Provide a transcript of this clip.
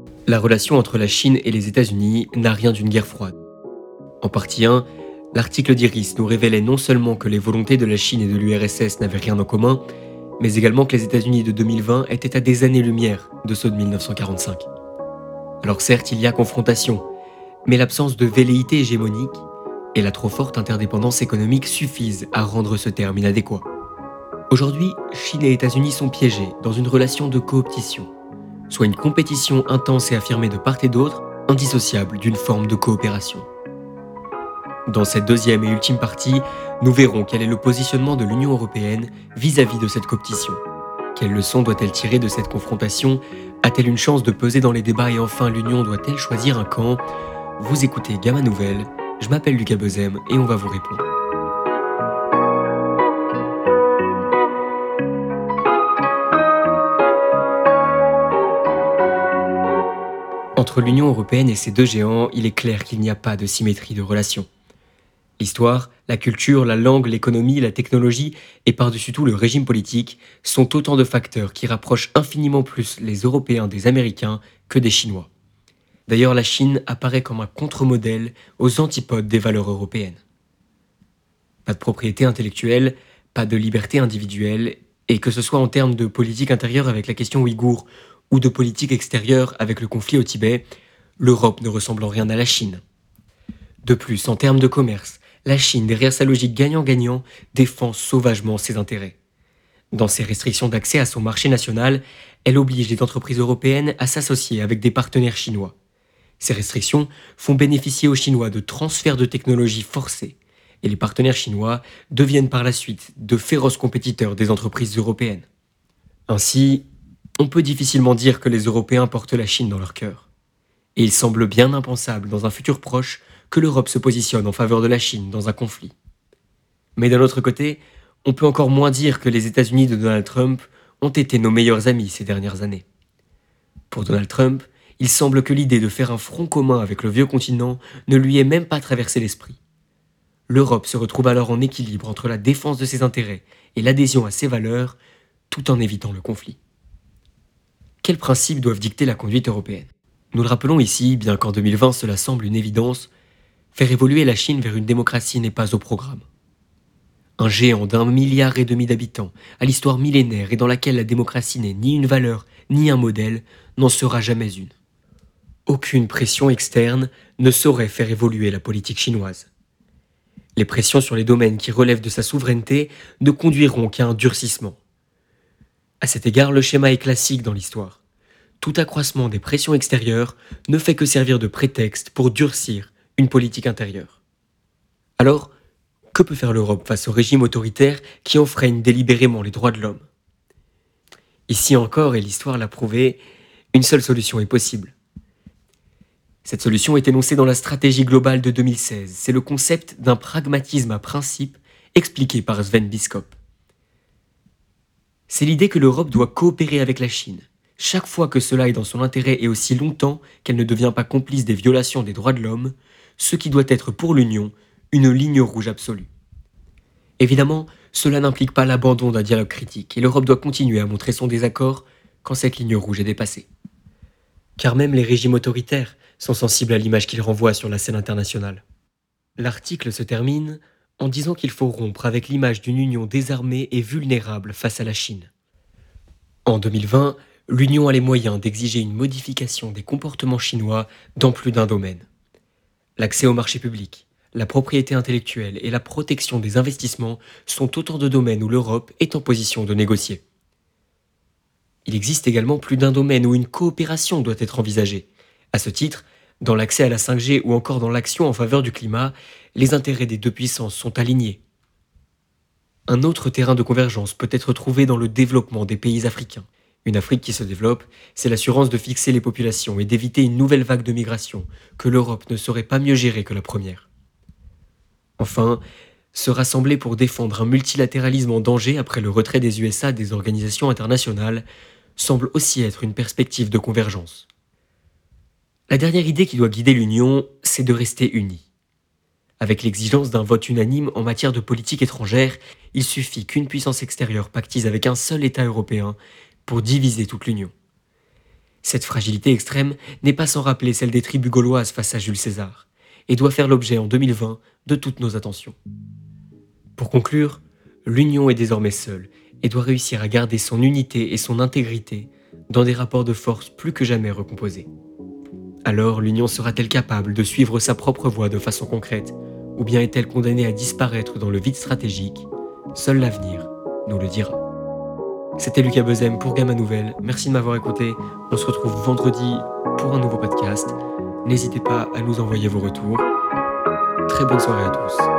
La relation entre la Chine et les États-Unis n'a rien d'une guerre froide. En partie 1, l'article d'Iris nous révélait non seulement que les volontés de la Chine et de l'URSS n'avaient rien en commun, mais également que les États-Unis de 2020 étaient à des années-lumière de ceux de 1945. Alors certes, il y a confrontation, mais l'absence de velléité hégémonique et la trop forte interdépendance économique suffisent à rendre ce terme inadéquat. Aujourd'hui, Chine et États-Unis sont piégés dans une relation de cooptation, soit une compétition intense et affirmée de part et d'autre, indissociable d'une forme de coopération. Dans cette deuxième et ultime partie, nous verrons quel est le positionnement de l'Union européenne vis-à-vis de cette cooptation. Quelle leçon doit-elle tirer de cette confrontation? A-t-elle une chance de peser dans les débats et enfin l'Union doit-elle choisir un camp? Vous écoutez Gamma Nouvelle, je m'appelle Lucas Bezem et on va vous répondre. Entre l'Union européenne et ces deux géants, il est clair qu'il n'y a pas de symétrie de relations. L'histoire, la culture, la langue, l'économie, la technologie et par-dessus tout le régime politique sont autant de facteurs qui rapprochent infiniment plus les Européens des Américains que des Chinois. D'ailleurs, la Chine apparaît comme un contre-modèle aux antipodes des valeurs européennes. Pas de propriété intellectuelle, pas de liberté individuelle, et que ce soit en termes de politique intérieure avec la question ouïghour ou de politique extérieure avec le conflit au Tibet, l'Europe ne ressemble en rien à la Chine. De plus, en termes de commerce, la Chine, derrière sa logique gagnant-gagnant, défend sauvagement ses intérêts. Dans ses restrictions d'accès à son marché national, elle oblige les entreprises européennes à s'associer avec des partenaires chinois. Ces restrictions font bénéficier aux Chinois de transferts de technologies forcés, et les partenaires chinois deviennent par la suite de féroces compétiteurs des entreprises européennes. Ainsi, on peut difficilement dire que les Européens portent la Chine dans leur cœur. Et il semble bien impensable dans un futur proche que l'Europe se positionne en faveur de la Chine dans un conflit. Mais d'un autre côté, on peut encore moins dire que les États-Unis de Donald Trump ont été nos meilleurs amis ces dernières années. Pour Donald Trump, il semble que l'idée de faire un front commun avec le vieux continent ne lui ait même pas traversé l'esprit. L'Europe se retrouve alors en équilibre entre la défense de ses intérêts et l'adhésion à ses valeurs, tout en évitant le conflit. Quels principes doivent dicter la conduite européenne? Nous le rappelons ici, bien qu'en 2020 cela semble une évidence, faire évoluer la Chine vers une démocratie n'est pas au programme. Un géant d'1,5 milliard d'habitants, à l'histoire millénaire et dans laquelle la démocratie n'est ni une valeur ni un modèle, n'en sera jamais une. Aucune pression externe ne saurait faire évoluer la politique chinoise. Les pressions sur les domaines qui relèvent de sa souveraineté ne conduiront qu'à un durcissement. À cet égard, le schéma est classique dans l'histoire. Tout accroissement des pressions extérieures ne fait que servir de prétexte pour durcir une politique intérieure. Alors, que peut faire l'Europe face au régime autoritaire qui enfreigne délibérément les droits de l'homme? Ici encore, et l'histoire l'a prouvé, une seule solution est possible. Cette solution est énoncée dans la stratégie globale de 2016. C'est le concept d'un pragmatisme à principe expliqué par Sven Biskop. C'est l'idée que l'Europe doit coopérer avec la Chine, chaque fois que cela est dans son intérêt et aussi longtemps qu'elle ne devient pas complice des violations des droits de l'homme, ce qui doit être pour l'Union une ligne rouge absolue. Évidemment, cela n'implique pas l'abandon d'un dialogue critique et l'Europe doit continuer à montrer son désaccord quand cette ligne rouge est dépassée. Car même les régimes autoritaires sont sensibles à l'image qu'ils renvoient sur la scène internationale. L'article se termine en disant qu'il faut rompre avec l'image d'une Union désarmée et vulnérable face à la Chine. En 2020, l'Union a les moyens d'exiger une modification des comportements chinois dans plus d'un domaine. L'accès au marché public, la propriété intellectuelle et la protection des investissements sont autant de domaines où l'Europe est en position de négocier. Il existe également plus d'un domaine où une coopération doit être envisagée. À ce titre, dans l'accès à la 5G ou encore dans l'action en faveur du climat, les intérêts des deux puissances sont alignés. Un autre terrain de convergence peut être trouvé dans le développement des pays africains. Une Afrique qui se développe, c'est l'assurance de fixer les populations et d'éviter une nouvelle vague de migration que l'Europe ne saurait pas mieux gérer que la première. Enfin, se rassembler pour défendre un multilatéralisme en danger après le retrait des USA des organisations internationales semble aussi être une perspective de convergence. La dernière idée qui doit guider l'Union, c'est de rester unie. Avec l'exigence d'un vote unanime en matière de politique étrangère, il suffit qu'une puissance extérieure pactise avec un seul État européen pour diviser toute l'Union. Cette fragilité extrême n'est pas sans rappeler celle des tribus gauloises face à Jules César, et doit faire l'objet en 2020 de toutes nos attentions. Pour conclure, l'Union est désormais seule et doit réussir à garder son unité et son intégrité dans des rapports de force plus que jamais recomposés. Alors l'Union sera-t-elle capable de suivre sa propre voie de façon concrète, ou bien est-elle condamnée à disparaître dans le vide stratégique? Seul l'avenir nous le dira. C'était Lucas Bezem pour Gamma Nouvelle, merci de m'avoir écouté, on se retrouve vendredi pour un nouveau podcast. N'hésitez pas à nous envoyer vos retours. Très bonne soirée à tous.